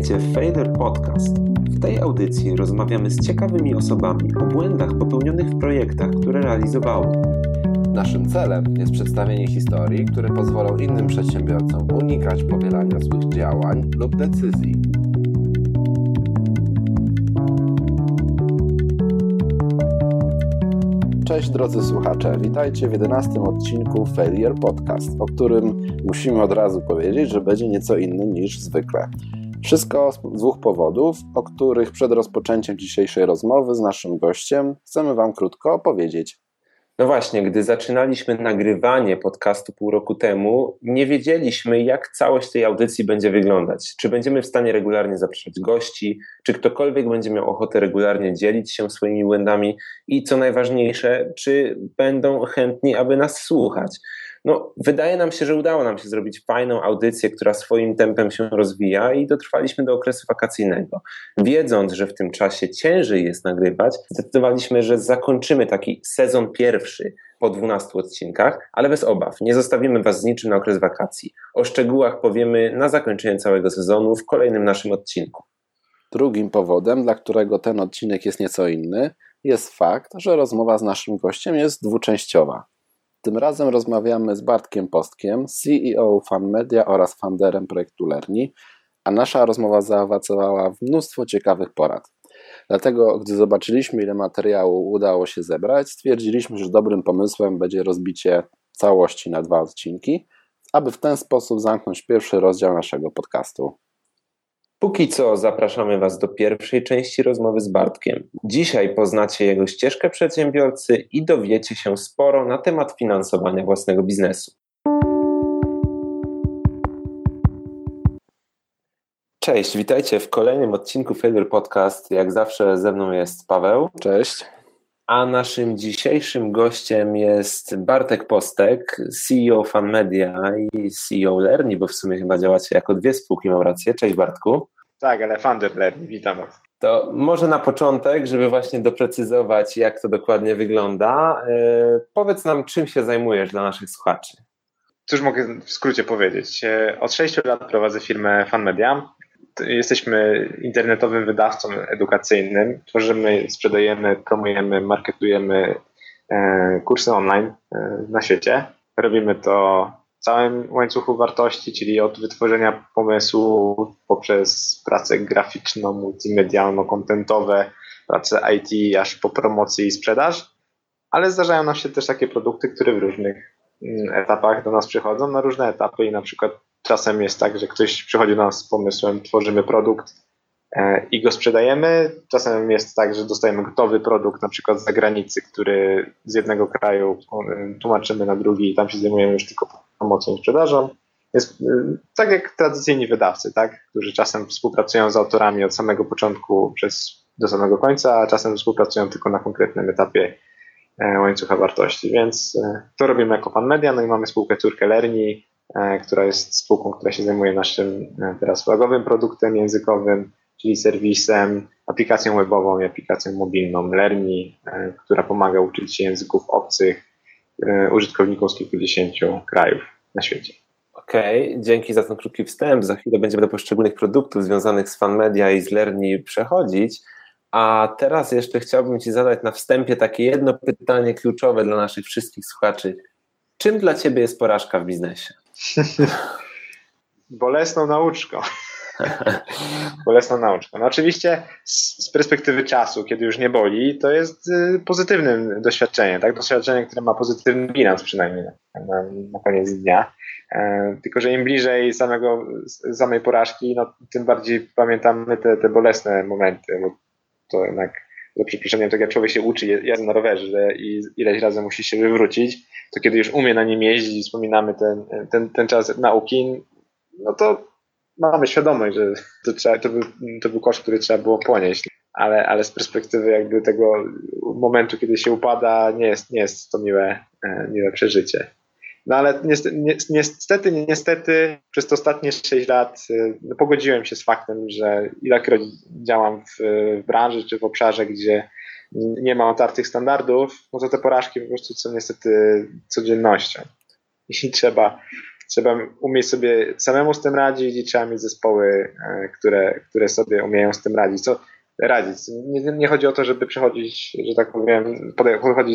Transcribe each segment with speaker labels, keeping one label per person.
Speaker 1: Witajcie w Failure Podcast. W tej audycji rozmawiamy z ciekawymi osobami o błędach popełnionych w projektach, które realizowały.
Speaker 2: Naszym celem jest przedstawienie historii, które pozwolą innym przedsiębiorcom unikać powielania złych działań lub decyzji. Cześć drodzy słuchacze, witajcie w 11 odcinku Failure Podcast, o którym musimy od razu powiedzieć, że będzie nieco inny niż zwykle. Wszystko z dwóch powodów, o których przed rozpoczęciem dzisiejszej rozmowy z naszym gościem chcemy Wam krótko opowiedzieć.
Speaker 1: No właśnie, gdy zaczynaliśmy nagrywanie podcastu pół roku temu, nie wiedzieliśmy, jak całość tej audycji będzie wyglądać. Czy będziemy w stanie regularnie zapraszać gości, czy ktokolwiek będzie miał ochotę regularnie dzielić się swoimi błędami i co najważniejsze, czy będą chętni, aby nas słuchać. No, wydaje nam się, że udało nam się zrobić fajną audycję, która swoim tempem się rozwija i dotrwaliśmy do okresu wakacyjnego. Wiedząc, że w tym czasie ciężej jest nagrywać, zdecydowaliśmy, że zakończymy taki sezon pierwszy po 12 odcinkach, ale bez obaw, nie zostawimy Was z niczym na okres wakacji. O szczegółach powiemy na zakończenie całego sezonu w kolejnym naszym odcinku.
Speaker 2: Drugim powodem, dla którego ten odcinek jest nieco inny, jest fakt, że rozmowa z naszym gościem jest dwuczęściowa. Tym razem rozmawiamy z Bartkiem Postkiem, CEO FunMedia oraz founderem projektu Lerni, a nasza rozmowa zaowocowała w mnóstwo ciekawych porad. Dlatego, gdy zobaczyliśmy, ile materiału udało się zebrać, stwierdziliśmy, że dobrym pomysłem będzie rozbicie całości na 2 odcinki, aby w ten sposób zamknąć pierwszy rozdział naszego podcastu.
Speaker 1: Póki co zapraszamy Was do pierwszej części rozmowy z Bartkiem. Dzisiaj poznacie jego ścieżkę przedsiębiorcy i dowiecie się sporo na temat finansowania własnego biznesu. Cześć, witajcie w kolejnym odcinku Failure Podcast. Jak zawsze ze mną jest Paweł.
Speaker 2: Cześć.
Speaker 1: A naszym dzisiejszym gościem jest Bartek Postek, CEO FunMedia i CEO Lerni, bo w sumie chyba działacie jako 2 spółki, mam rację. Cześć Bartku.
Speaker 3: Tak, ale founder Lerni, witam Was.
Speaker 1: To może na początek, żeby właśnie doprecyzować, jak to dokładnie wygląda, powiedz nam, czym się zajmujesz dla naszych słuchaczy.
Speaker 3: Cóż mogę w skrócie powiedzieć? Od 6 lat prowadzę firmę FunMedia. Jesteśmy internetowym wydawcą edukacyjnym. Tworzymy, sprzedajemy, promujemy, marketujemy kursy online na świecie. Robimy to w całym łańcuchu wartości, czyli od wytworzenia pomysłu poprzez pracę graficzną, multimedialną, kontentowe, pracę IT, aż po promocję i sprzedaż. Ale zdarzają nam się też takie produkty, które w różnych etapach do nas przychodzą, na różne etapy i na przykład czasem jest tak, że ktoś przychodzi do nas z pomysłem, tworzymy produkt i go sprzedajemy. Czasem jest tak, że dostajemy gotowy produkt, na przykład z zagranicy, który z jednego kraju tłumaczymy na drugi i tam się zajmujemy już tylko promocją i sprzedażą. Jest tak jak tradycyjni wydawcy, tak, którzy czasem współpracują z autorami od samego początku do samego końca, a czasem współpracują tylko na konkretnym etapie łańcucha wartości. Więc to robimy jako FunMedia, no i mamy spółkę córkę Lerni, która jest spółką, która się zajmuje naszym teraz flagowym produktem językowym, czyli serwisem, aplikacją webową i aplikacją mobilną Lerni, która pomaga uczyć się języków obcych użytkownikom z kilkudziesięciu krajów na świecie.
Speaker 1: Okej, dzięki za ten krótki wstęp. Za chwilę będziemy do poszczególnych produktów związanych z FunMedia i z Lerni przechodzić. A teraz jeszcze chciałbym Ci zadać na wstępie takie jedno pytanie kluczowe dla naszych wszystkich słuchaczy. Czym dla Ciebie jest porażka w biznesie?
Speaker 3: Bolesną nauczką. Bolesną nauczką. No oczywiście z perspektywy czasu, kiedy już nie boli, to jest pozytywnym doświadczeniem, tak? Doświadczenie, które ma pozytywny bilans przynajmniej na koniec dnia. Tylko że im bliżej samej porażki, no, tym bardziej pamiętamy te bolesne momenty, bo to jednak za przeproszeniem, tak jak człowiek się uczy jazdy na rowerze i ileś razy musi się wywrócić, to kiedy już umie na nim jeździć i wspominamy ten czas nauki, no to mamy świadomość, że to był koszt, który trzeba było ponieść, ale z perspektywy jakby tego momentu, kiedy się upada, nie jest to miłe przeżycie. No ale niestety przez te ostatnie 6 lat pogodziłem się z faktem, że ilekroć działam w branży czy w obszarze, gdzie nie ma otartych standardów, no to te porażki po prostu są niestety codziennością. I trzeba Trzeba umieć sobie samemu z tym radzić i trzeba mieć zespoły, które sobie umieją z tym radzić. Nie chodzi o to, żeby przychodzić, że tak powiem, podchodzić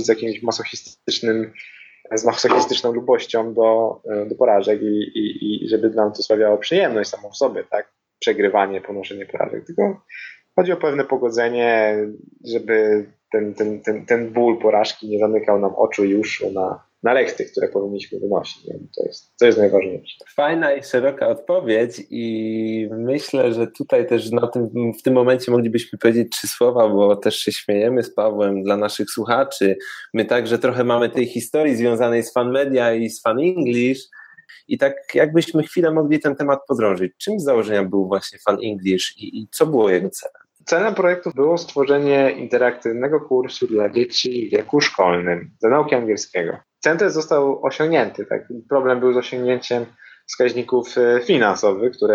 Speaker 3: z masochistyczną lubością do porażek i żeby nam to sprawiało przyjemność samą w sobie, tak? Przegrywanie, ponoszenie porażek. Tylko chodzi o pewne pogodzenie, żeby ten ból porażki nie zamykał nam oczu i uszu na lekcje, które powinniśmy wynosić. To jest najważniejsze.
Speaker 1: Fajna i szeroka odpowiedź i myślę, że tutaj też w tym momencie moglibyśmy powiedzieć 3 słowa, bo też się śmiejemy z Pawłem dla naszych słuchaczy. My także trochę mamy tej historii związanej z FunMedia i z Fun English i tak jakbyśmy chwilę mogli ten temat podrążyć. Czym z założenia był właśnie Fun English i co było jego celem?
Speaker 3: Celem projektu było stworzenie interaktywnego kursu dla dzieci w wieku szkolnym do nauki angielskiego. Cel ten został osiągnięty. Tak? Problem był z osiągnięciem wskaźników finansowych, o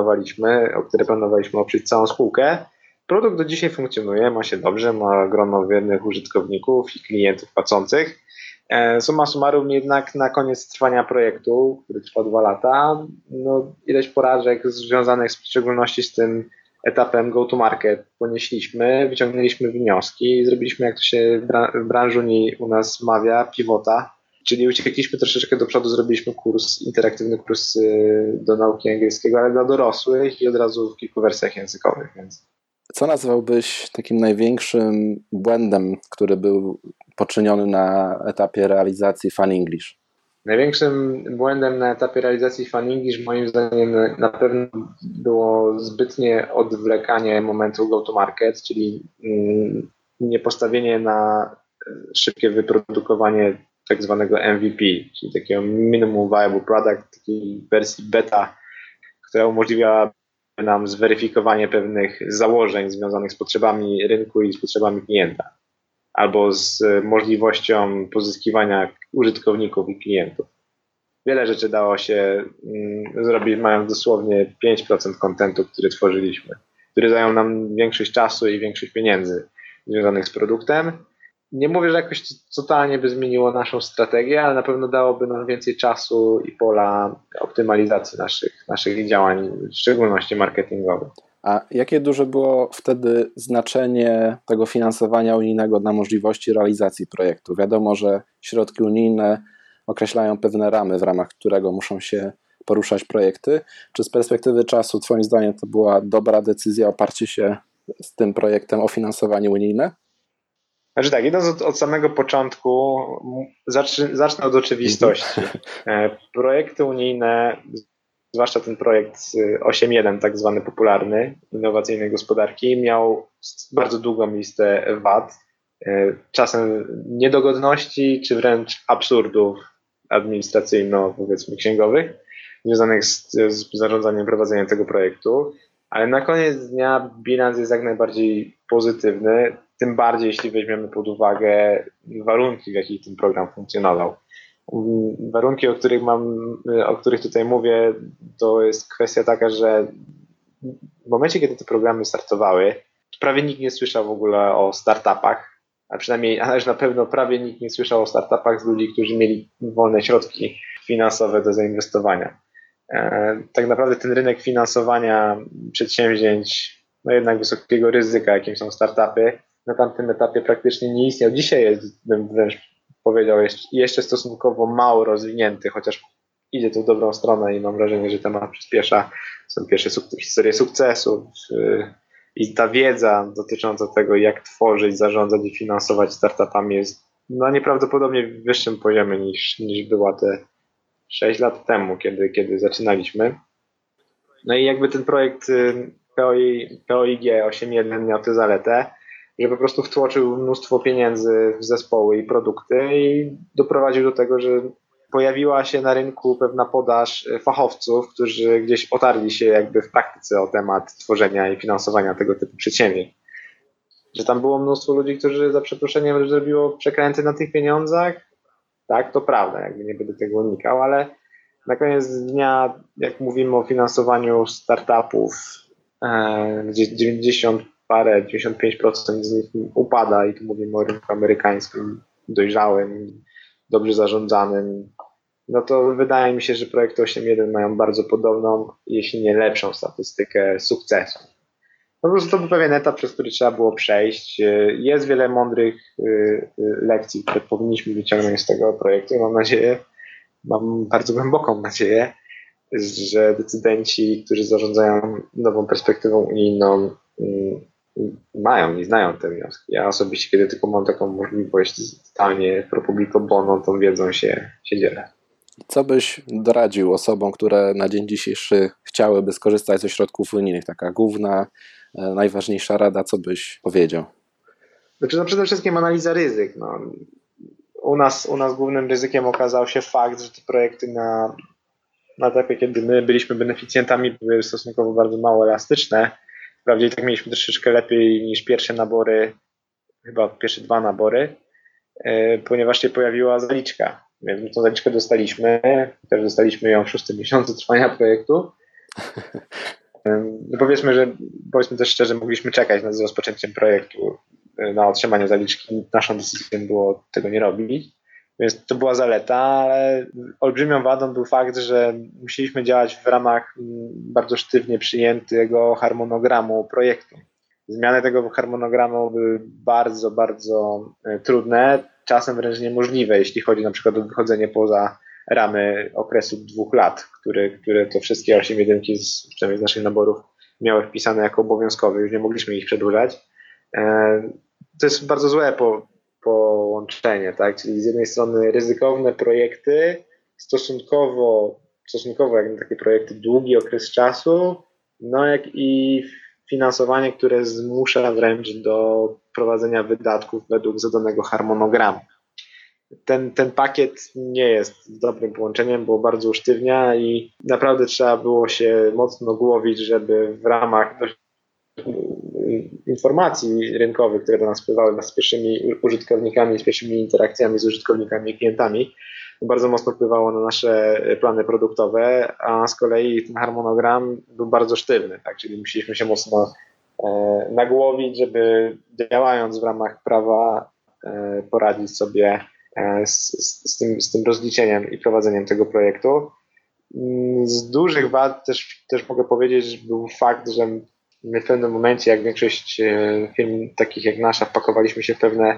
Speaker 3: które planowaliśmy oprzeć całą spółkę. Produkt do dzisiaj funkcjonuje, ma się dobrze, ma grono wiernych użytkowników i klientów płacących. Summa summarum jednak na koniec trwania projektu, który trwa 2 lata, ileś porażek związanych w szczególności z tym etapem go-to-market ponieśliśmy, wyciągnęliśmy wnioski i zrobiliśmy, jak to się w branży u nas mawia, pivota, czyli uciekliśmy troszeczkę do przodu, zrobiliśmy interaktywny kurs do nauki angielskiego, ale dla dorosłych i od razu w kilku wersjach językowych. Więc.
Speaker 2: Co nazwałbyś takim największym błędem, który był poczyniony na etapie realizacji Fun English?
Speaker 3: Największym błędem na etapie realizacji Fun English moim zdaniem na pewno było zbytnie odwlekanie momentu go-to-market, czyli nie postawienie na szybkie wyprodukowanie tak zwanego MVP, czyli takiego minimum viable product, takiej wersji beta, która umożliwiałaby nam zweryfikowanie pewnych założeń związanych z potrzebami rynku i z potrzebami klienta, albo z możliwością pozyskiwania użytkowników i klientów. Wiele rzeczy dało się zrobić, mając dosłownie 5% kontentu, który tworzyliśmy, który zajął nam większość czasu i większość pieniędzy związanych z produktem. Nie mówię, że jakoś totalnie by zmieniło naszą strategię, ale na pewno dałoby nam więcej czasu i pola optymalizacji naszych działań, w szczególności marketingowych.
Speaker 2: A jakie duże było wtedy znaczenie tego finansowania unijnego dla możliwości realizacji projektu? Wiadomo, że środki unijne określają pewne ramy, w ramach którego muszą się poruszać projekty. Czy z perspektywy czasu, twoim zdaniem, to była dobra decyzja oparcie się z tym projektem o finansowanie unijne?
Speaker 3: Znaczy tak, idąc od samego początku, zacznę od oczywistości. Projekty unijne, zwłaszcza ten projekt 8.1, tak zwany popularny, innowacyjnej gospodarki, miał bardzo długą listę wad, czasem niedogodności, czy wręcz absurdów administracyjno-powiedzmy księgowych, związanych z zarządzaniem, prowadzeniem tego projektu, ale na koniec dnia bilans jest jak najbardziej pozytywny, tym bardziej jeśli weźmiemy pod uwagę warunki, w jakich ten program funkcjonował. Warunki, o których tutaj mówię, to jest kwestia taka, że w momencie, kiedy te programy startowały, prawie nikt nie słyszał w ogóle o startupach, ale na pewno prawie nikt nie słyszał o startupach z ludzi, którzy mieli wolne środki finansowe do zainwestowania. Tak naprawdę ten rynek finansowania przedsięwzięć, jednak wysokiego ryzyka, jakim są startupy, na tamtym etapie praktycznie nie istniał. Dzisiaj jest, bym wręcz powiedział, jeszcze stosunkowo mało rozwinięty, chociaż idzie to w dobrą stronę i mam wrażenie, że temat przyspiesza. Są pierwsze historie sukcesów i ta wiedza dotycząca tego, jak tworzyć, zarządzać i finansować startupami jest nieprawdopodobnie wyższym poziomie niż była te 6 lat temu, kiedy zaczynaliśmy. No i jakby ten projekt POIG 8.1 miał tę zaletę, że po prostu wtłoczył mnóstwo pieniędzy w zespoły i produkty i doprowadził do tego, że pojawiła się na rynku pewna podaż fachowców, którzy gdzieś otarli się jakby w praktyce o temat tworzenia i finansowania tego typu przedsięwzięć. Że tam było mnóstwo ludzi, którzy za przeproszeniem zrobiło przekręty na tych pieniądzach. Tak, to prawda, jakby nie będę tego unikał, ale na koniec dnia, jak mówimy o finansowaniu startupów, gdzie 95% z nich upada i tu mówimy o rynku amerykańskim, dojrzałym, dobrze zarządzanym, no to wydaje mi się, że projekty 8.1 mają bardzo podobną, jeśli nie lepszą statystykę sukcesu. Po prostu to był pewien etap, przez który trzeba było przejść. Jest wiele mądrych lekcji, które powinniśmy wyciągnąć z tego projektu. Mam bardzo głęboką nadzieję, że decydenci, którzy zarządzają nową perspektywą unijną, mają i znają te wnioski. Ja osobiście, kiedy tylko mam taką możliwość, totalnie pro publico bono, tą wiedzą się dzielę.
Speaker 2: Co byś doradził osobom, które na dzień dzisiejszy chciałyby skorzystać ze środków unijnych? Taka główna, najważniejsza rada, co byś powiedział?
Speaker 3: Znaczy, przede wszystkim analiza ryzyk. U nas głównym ryzykiem okazał się fakt, że te projekty na etapie, kiedy my byliśmy beneficjentami, były stosunkowo bardzo mało elastyczne. Wprawdzie i tak mieliśmy troszeczkę lepiej niż pierwsze nabory, chyba pierwsze 2 nabory, ponieważ się pojawiła zaliczka. Więc my tą zaliczkę dostaliśmy, też dostaliśmy ją w 6. miesiącu trwania projektu. No powiedzmy też szczerze, mogliśmy czekać z rozpoczęciem projektu na otrzymanie zaliczki. Naszą decyzją było tego nie robić, więc to była zaleta, ale olbrzymią wadą był fakt, że musieliśmy działać w ramach bardzo sztywnie przyjętego harmonogramu projektu. Zmiany tego harmonogramu były bardzo, bardzo trudne, czasem wręcz niemożliwe, jeśli chodzi na przykład o wychodzenie poza ramy okresu 2 lat, które to wszystkie 8.1, przynajmniej z naszych naborów, miały wpisane jako obowiązkowe, już nie mogliśmy ich przedłużać. To jest bardzo złe połączenie, tak? Czyli z jednej strony ryzykowne projekty, stosunkowo jak na takie projekty długi okres czasu, no jak i finansowanie, które zmusza wręcz do prowadzenia wydatków według zadanego harmonogramu. Ten pakiet nie jest dobrym połączeniem, bo bardzo usztywnia i naprawdę trzeba było się mocno głowić, żeby w ramach informacji rynkowych, które do nas wpływały z pierwszymi użytkownikami, z pierwszymi interakcjami z użytkownikami i klientami, bardzo mocno wpływało na nasze plany produktowe, a z kolei ten harmonogram był bardzo sztywny, tak? Czyli musieliśmy się mocno nagłowić, żeby działając w ramach prawa poradzić sobie z tym rozliczeniem i prowadzeniem tego projektu. Z dużych wad też mogę powiedzieć, że był fakt, że my w pewnym momencie, jak większość firm takich jak nasza, wpakowaliśmy się w pewne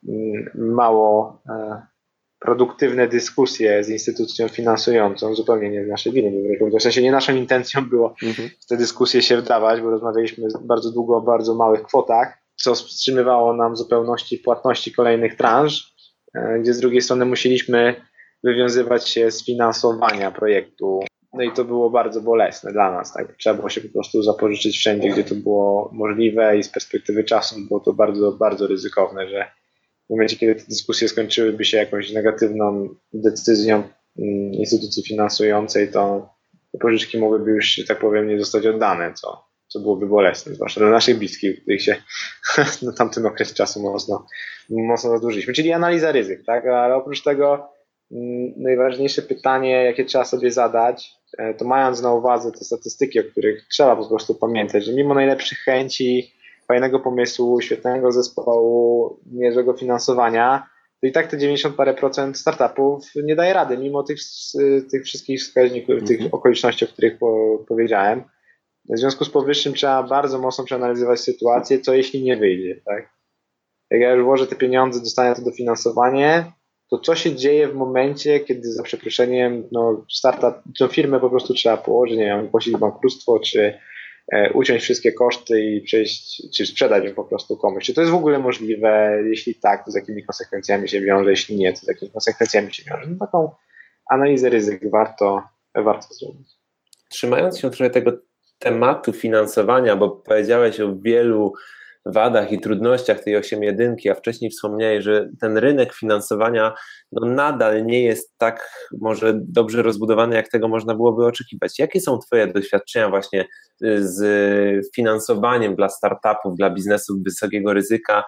Speaker 3: mało produktywne dyskusje z instytucją finansującą, zupełnie nie z naszej winy, w sensie nie naszą intencją było w te dyskusje się wdawać, bo rozmawialiśmy bardzo długo o bardzo małych kwotach, co wstrzymywało nam w zupełności płatności kolejnych transz, gdzie z drugiej strony musieliśmy wywiązywać się z finansowania projektu. No i to było bardzo bolesne dla nas. Tak? Trzeba było się po prostu zapożyczyć wszędzie, gdzie to było możliwe i z perspektywy czasu było to bardzo, bardzo ryzykowne, że w momencie, kiedy te dyskusje skończyłyby się jakąś negatywną decyzją instytucji finansującej, to te pożyczki mogłyby już, że tak powiem, nie zostać oddane, co byłoby bolesne, zwłaszcza dla naszych bliskich, których się na tamtym okresie czasu mocno zadłużyliśmy. Czyli analiza ryzyk, tak? Ale oprócz tego najważniejsze pytanie, jakie trzeba sobie zadać, to mając na uwadze te statystyki, o których trzeba po prostu pamiętać, że mimo najlepszych chęci, fajnego pomysłu, świetnego zespołu, niezłego finansowania, to i tak te 90 parę procent startupów nie daje rady, mimo tych wszystkich wskaźników, tych okoliczności, o których powiedziałem. W związku z powyższym trzeba bardzo mocno przeanalizować sytuację, co jeśli nie wyjdzie, tak? Jak ja już włożę te pieniądze, dostanę to dofinansowanie, to co się dzieje w momencie, kiedy za przeproszeniem startup, firmę po prostu trzeba położyć, nie wiem, ogłosić bankructwo, czy uciąć wszystkie koszty i przejść, czy sprzedać ją po prostu komuś. Czy to jest w ogóle możliwe? Jeśli tak, to z jakimi konsekwencjami się wiąże? Jeśli nie, to z jakimi konsekwencjami się wiąże? Taką analizę ryzyk warto zrobić.
Speaker 1: Trzymając się trochę tego tematu finansowania, bo powiedziałeś o wielu wadach i trudnościach tej 8.1, a wcześniej wspomniałeś, że ten rynek finansowania nadal nie jest tak może dobrze rozbudowany, jak tego można byłoby oczekiwać. Jakie są Twoje doświadczenia właśnie z finansowaniem dla startupów, dla biznesów wysokiego ryzyka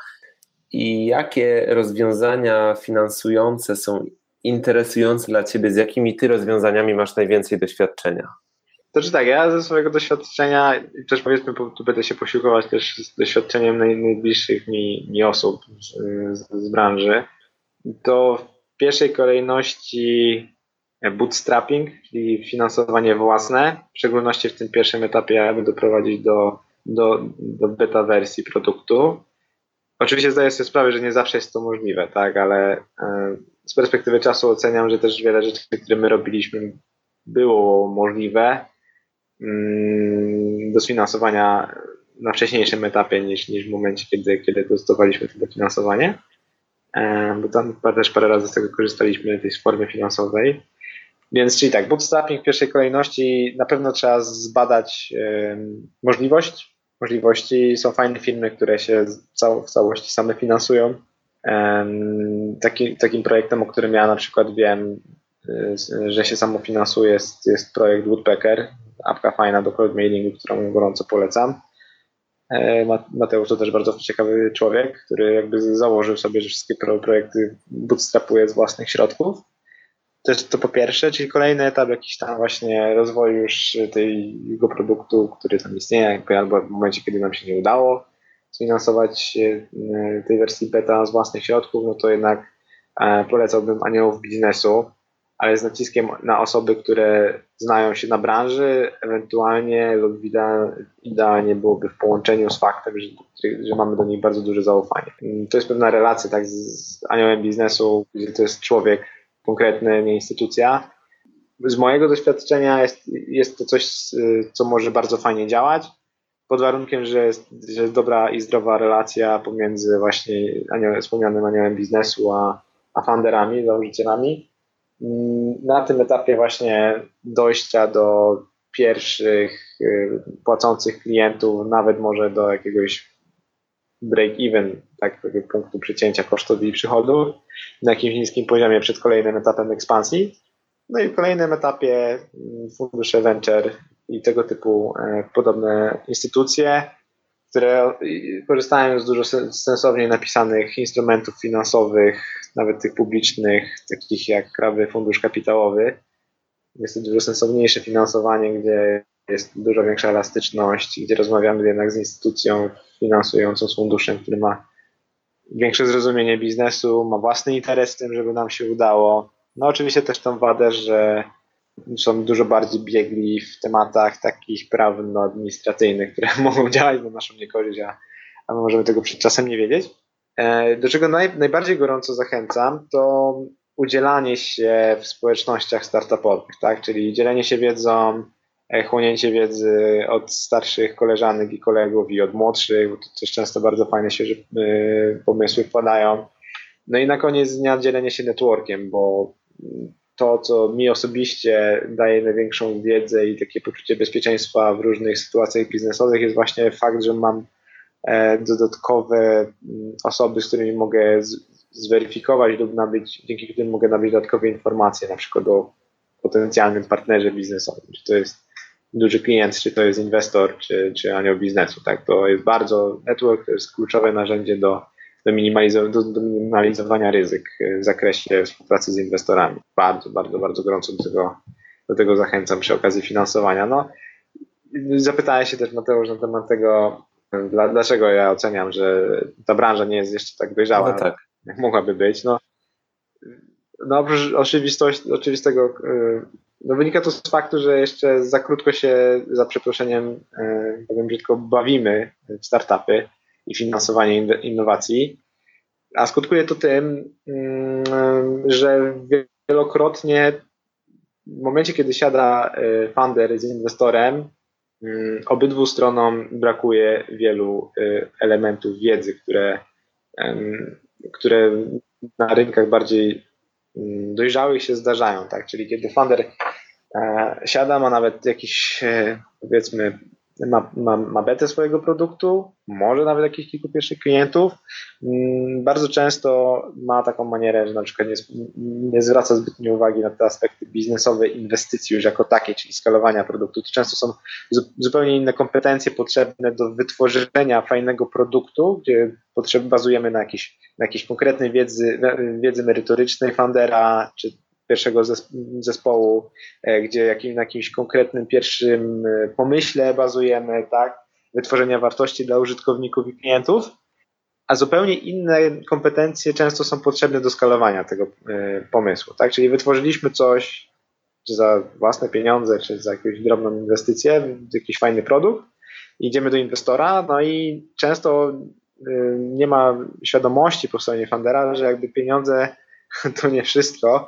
Speaker 1: i jakie rozwiązania finansujące są interesujące dla Ciebie, z jakimi Ty rozwiązaniami masz najwięcej doświadczenia?
Speaker 3: Znaczy tak, ja ze swojego doświadczenia, też powiedzmy, tu będę się posiłkować też z doświadczeniem najbliższych mi osób z branży, to w pierwszej kolejności bootstrapping, czyli finansowanie własne, w szczególności w tym pierwszym etapie, aby doprowadzić do beta wersji produktu. Oczywiście zdaję sobie sprawę, że nie zawsze jest to możliwe, tak, ale z perspektywy czasu oceniam, że też wiele rzeczy, które my robiliśmy, było możliwe do sfinansowania na wcześniejszym etapie niż w momencie, kiedy dostawaliśmy to dofinansowanie, bo tam też parę razy z tego korzystaliśmy, tej formy finansowej. Więc czyli tak, bootstrapping w pierwszej kolejności, na pewno trzeba zbadać możliwości. Są fajne firmy, które się w całości same finansują. Takim projektem, o którym ja na przykład wiem, że się samofinansuje, jest projekt Woodpecker, apka fajna do cold mailingu, którą gorąco polecam. Mateusz to też bardzo ciekawy człowiek, który jakby założył sobie, że wszystkie projekty bootstrapuje z własnych środków. To po pierwsze, czyli kolejny etap jakiś tam właśnie rozwoju już tego produktu, który tam istnieje, albo w momencie, kiedy nam się nie udało sfinansować tej wersji beta z własnych środków, no to jednak polecałbym aniołów biznesu, ale z naciskiem na osoby, które znają się na branży, ewentualnie lub idealnie byłoby w połączeniu z faktem, że mamy do nich bardzo duże zaufanie. To jest pewna relacja tak z aniołem biznesu, gdzie to jest człowiek konkretny, nie instytucja. Z mojego doświadczenia jest to coś, co może bardzo fajnie działać, pod warunkiem, że jest dobra i zdrowa relacja pomiędzy właśnie wspomnianym aniołem biznesu a founderami, założycielami. Na tym etapie właśnie dojścia do pierwszych płacących klientów, nawet może do jakiegoś break-even, takiego punktu przecięcia kosztów i przychodów na jakimś niskim poziomie przed kolejnym etapem ekspansji. No i w kolejnym etapie fundusze venture i tego typu podobne instytucje, które korzystają z dużo sensowniej napisanych instrumentów finansowych, nawet tych publicznych, takich jak Krawy Fundusz Kapitałowy. Jest to dużo sensowniejsze finansowanie, gdzie jest dużo większa elastyczność, gdzie rozmawiamy jednak z instytucją finansującą, z funduszem, który ma większe zrozumienie biznesu, ma własny interes w tym, żeby nam się udało. No oczywiście też tą wadę, że są dużo bardziej biegli w tematach takich prawno-administracyjnych, które mogą działać na naszą niekorzyść, a my możemy tego przed czasem nie wiedzieć. Do czego najbardziej gorąco zachęcam, to udzielanie się w społecznościach startupowych, tak? Czyli dzielenie się wiedzą, chłonięcie wiedzy od starszych koleżanek i kolegów i od młodszych, bo to też często bardzo fajne świeże pomysły wpadają. No i na koniec dnia dzielenie się networkiem, bo to, co mi osobiście daje największą wiedzę i takie poczucie bezpieczeństwa w różnych sytuacjach biznesowych, jest właśnie fakt, że mam dodatkowe osoby, z którymi mogę zweryfikować lub dzięki którym mogę nabyć dodatkowe informacje, na przykład o potencjalnym partnerze biznesowym, czy to jest duży klient, czy to jest inwestor, czy anioł biznesu. Tak? To jest network to jest kluczowe narzędzie do minimalizowania ryzyk w zakresie współpracy z inwestorami. Bardzo, bardzo, bardzo gorąco do tego zachęcam przy okazji finansowania. No, zapytałem się też Mateusz na temat tego, dlaczego ja oceniam, że ta branża nie jest jeszcze tak dojrzała,
Speaker 1: no tak,
Speaker 3: jak mogłaby być. No oprócz oczywistego, no wynika to z faktu, że jeszcze za krótko się, za przeproszeniem, powiem brzydko, bawimy w startupy i finansowanie innowacji, a skutkuje to tym, że wielokrotnie w momencie, kiedy siada founder z inwestorem, obydwu stronom brakuje wielu elementów wiedzy, które na rynkach bardziej dojrzałych się zdarzają, tak? Czyli kiedy founder siada, ma nawet jakiś, powiedzmy, ma betę swojego produktu, może nawet jakichś kilku pierwszych klientów. Bardzo często ma taką manierę, że na przykład nie zwraca zbytnio uwagi na te aspekty biznesowe inwestycji już jako takie, czyli skalowania produktu. To często są zupełnie inne kompetencje potrzebne do wytworzenia fajnego produktu, gdzie bazujemy na jakiejś konkretnej wiedzy merytorycznej foundera, czy pierwszego zespołu, gdzie na jakimś konkretnym pierwszym pomyśle bazujemy, tak, wytworzenia wartości dla użytkowników i klientów, a zupełnie inne kompetencje często są potrzebne do skalowania tego pomysłu, tak, czyli wytworzyliśmy coś, czy za własne pieniądze, czy za jakąś drobną inwestycję w jakiś fajny produkt. Idziemy do inwestora, no i często nie ma świadomości po stronie fundera, że jakby pieniądze to nie wszystko.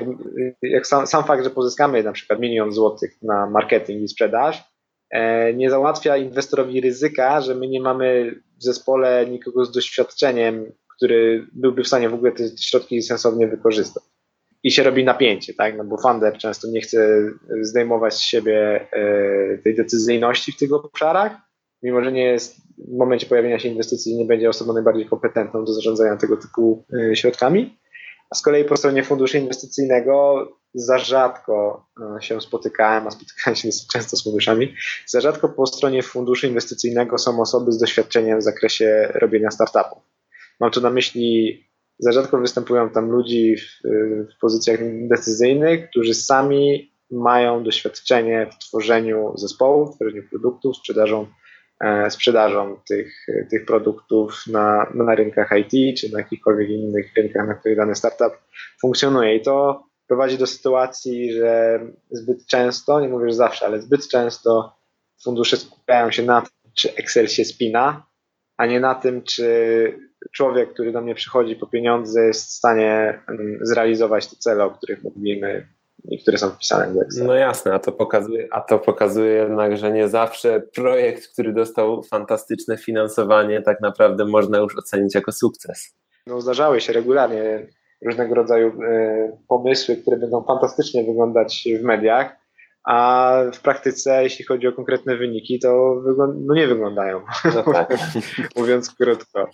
Speaker 3: Jak sam fakt, że pozyskamy na przykład 1 000 000 złotych na marketing i sprzedaż, nie załatwia inwestorowi ryzyka, że my nie mamy w zespole nikogo z doświadczeniem, który byłby w stanie w ogóle te środki sensownie wykorzystać. I się robi napięcie, tak? No bo funder często nie chce zdejmować z siebie tej decyzyjności w tych obszarach, mimo że nie jest w momencie pojawienia się inwestycji nie będzie osobą najbardziej kompetentną do zarządzania tego typu środkami. A z kolei po stronie funduszu inwestycyjnego za rzadko się spotykałem, a spotykałem się często z funduszami, za rzadko po stronie funduszu inwestycyjnego są osoby z doświadczeniem w zakresie robienia startupów. Mam tu na myśli, za rzadko występują tam ludzi w pozycjach decyzyjnych, którzy sami mają doświadczenie w tworzeniu zespołów, w tworzeniu produktów, sprzedażą tych produktów na rynkach IT, czy na jakichkolwiek innych rynkach, na których dany startup funkcjonuje. I to prowadzi do sytuacji, że zbyt często, nie mówię, że zawsze, ale zbyt często fundusze skupiają się na tym, czy Excel się spina, a nie na tym, czy człowiek, który do mnie przychodzi po pieniądze, jest w stanie zrealizować te cele, o których mówimy i które są wpisane w Excel.
Speaker 1: No jasne, a to pokazuje jednak, że nie zawsze projekt, który dostał fantastyczne finansowanie, tak naprawdę można już ocenić jako sukces.
Speaker 3: No, zdarzały się regularnie różnego rodzaju pomysły, które będą fantastycznie wyglądać w mediach, a w praktyce, jeśli chodzi o konkretne wyniki, to nie wyglądają,
Speaker 1: no tak.
Speaker 3: mówiąc krótko.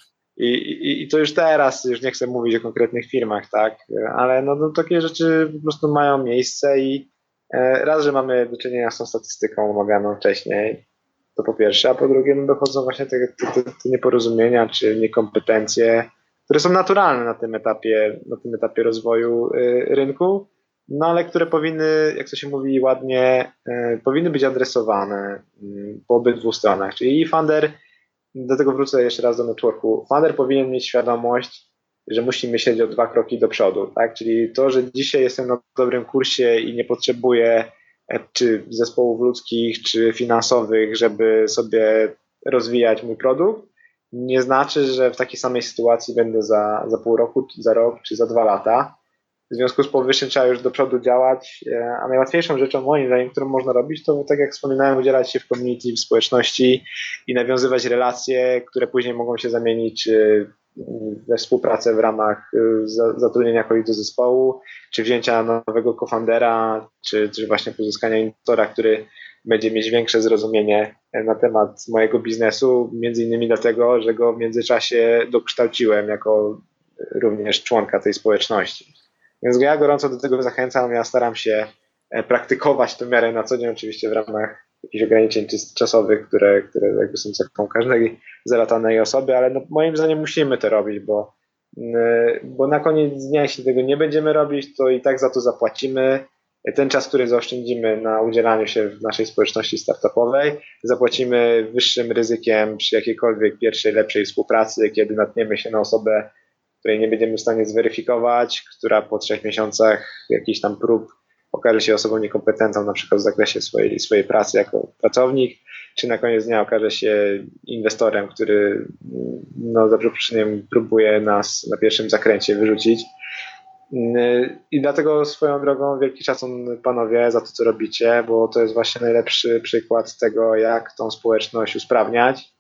Speaker 3: I to już teraz, już nie chcę mówić o konkretnych firmach, tak, ale no takie rzeczy po prostu mają miejsce i raz, że mamy do czynienia z tą statystyką omawianą wcześniej, to po pierwsze, a po drugie dochodzą właśnie te nieporozumienia czy niekompetencje, które są naturalne na tym etapie rozwoju rynku, no ale które powinny, jak to się mówi ładnie, powinny być adresowane po obydwu stronach, czyli funder, do tego wrócę jeszcze raz do networku, funder powinien mieć świadomość, że musi myśleć o 2 kroki do przodu, tak? Czyli to, że dzisiaj jestem na dobrym kursie i nie potrzebuję czy zespołów ludzkich, czy finansowych, żeby sobie rozwijać mój produkt, nie znaczy, że w takiej samej sytuacji będę za pół roku, za rok, czy za 2 lata. W związku z powyższym trzeba już do przodu działać, a najłatwiejszą rzeczą moim zdaniem, którą można robić, to tak jak wspominałem, udzielać się w community, w społeczności i nawiązywać relacje, które później mogą się zamienić czy we współpracę w ramach zatrudnienia kogoś do zespołu, czy wzięcia nowego co-foundera, czy właśnie pozyskania inwestora, który będzie mieć większe zrozumienie na temat mojego biznesu, między innymi dlatego, że go w międzyczasie dokształciłem jako również członka tej społeczności. Więc ja gorąco do tego zachęcam, ja staram się praktykować tę miarę na co dzień, oczywiście w ramach jakichś ograniczeń czasowych, które jakby są cechą każdej zalatanej osoby, ale no, moim zdaniem musimy to robić, bo na koniec dnia, jeśli tego nie będziemy robić, to i tak za to zapłacimy. Ten czas, który zaoszczędzimy na udzielaniu się w naszej społeczności startupowej, zapłacimy wyższym ryzykiem przy jakiejkolwiek pierwszej, lepszej współpracy, kiedy natkniemy się na osobę, której nie będziemy w stanie zweryfikować, która po 3 miesiącach jakichś tam prób okaże się osobą niekompetentną, na przykład w zakresie swojej pracy jako pracownik, czy na koniec dnia okaże się inwestorem, który no, za przeproszeniem próbuje nas na pierwszym zakręcie wyrzucić. I dlatego swoją drogą wielki szacun panowie za to, co robicie, bo to jest właśnie najlepszy przykład tego, jak tą społeczność usprawniać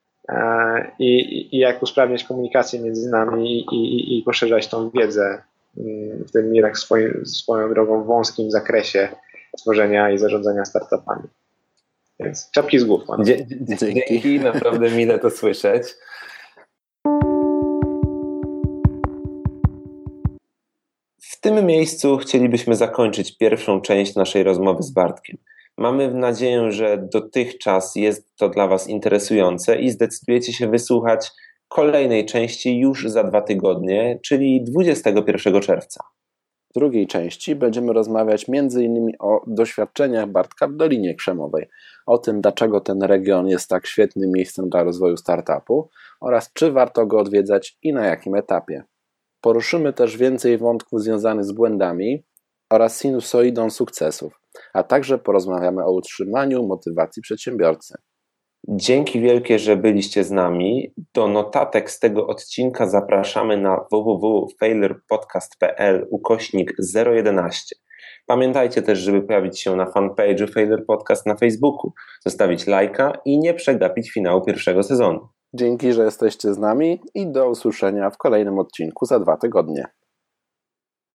Speaker 3: i jak usprawniać komunikację między nami i poszerzać tą wiedzę w tym jednak swoją drogą wąskim zakresie tworzenia i zarządzania startupami. Więc czapki z głów.
Speaker 1: Dzięki, naprawdę mile to słyszeć. W tym miejscu chcielibyśmy zakończyć pierwszą część naszej rozmowy z Bartkiem. Mamy nadzieję, że dotychczas jest to dla Was interesujące i zdecydujecie się wysłuchać kolejnej części już za 2 tygodnie, czyli 21 czerwca.
Speaker 2: W drugiej części będziemy rozmawiać m.in. o doświadczeniach Bartka w Dolinie Krzemowej, o tym, dlaczego ten region jest tak świetnym miejscem dla rozwoju startupu oraz czy warto go odwiedzać i na jakim etapie. Poruszymy też więcej wątków związanych z błędami, oraz sinusoidą sukcesów, a także porozmawiamy o utrzymaniu motywacji przedsiębiorcy.
Speaker 1: Dzięki wielkie, że byliście z nami. Do notatek z tego odcinka zapraszamy na www.failurepodcast.pl/011. Pamiętajcie też, żeby pojawić się na fanpage'u Failure Podcast na Facebooku, zostawić lajka i nie przegapić finału pierwszego sezonu.
Speaker 2: Dzięki, że jesteście z nami i do usłyszenia w kolejnym odcinku za 2 tygodnie.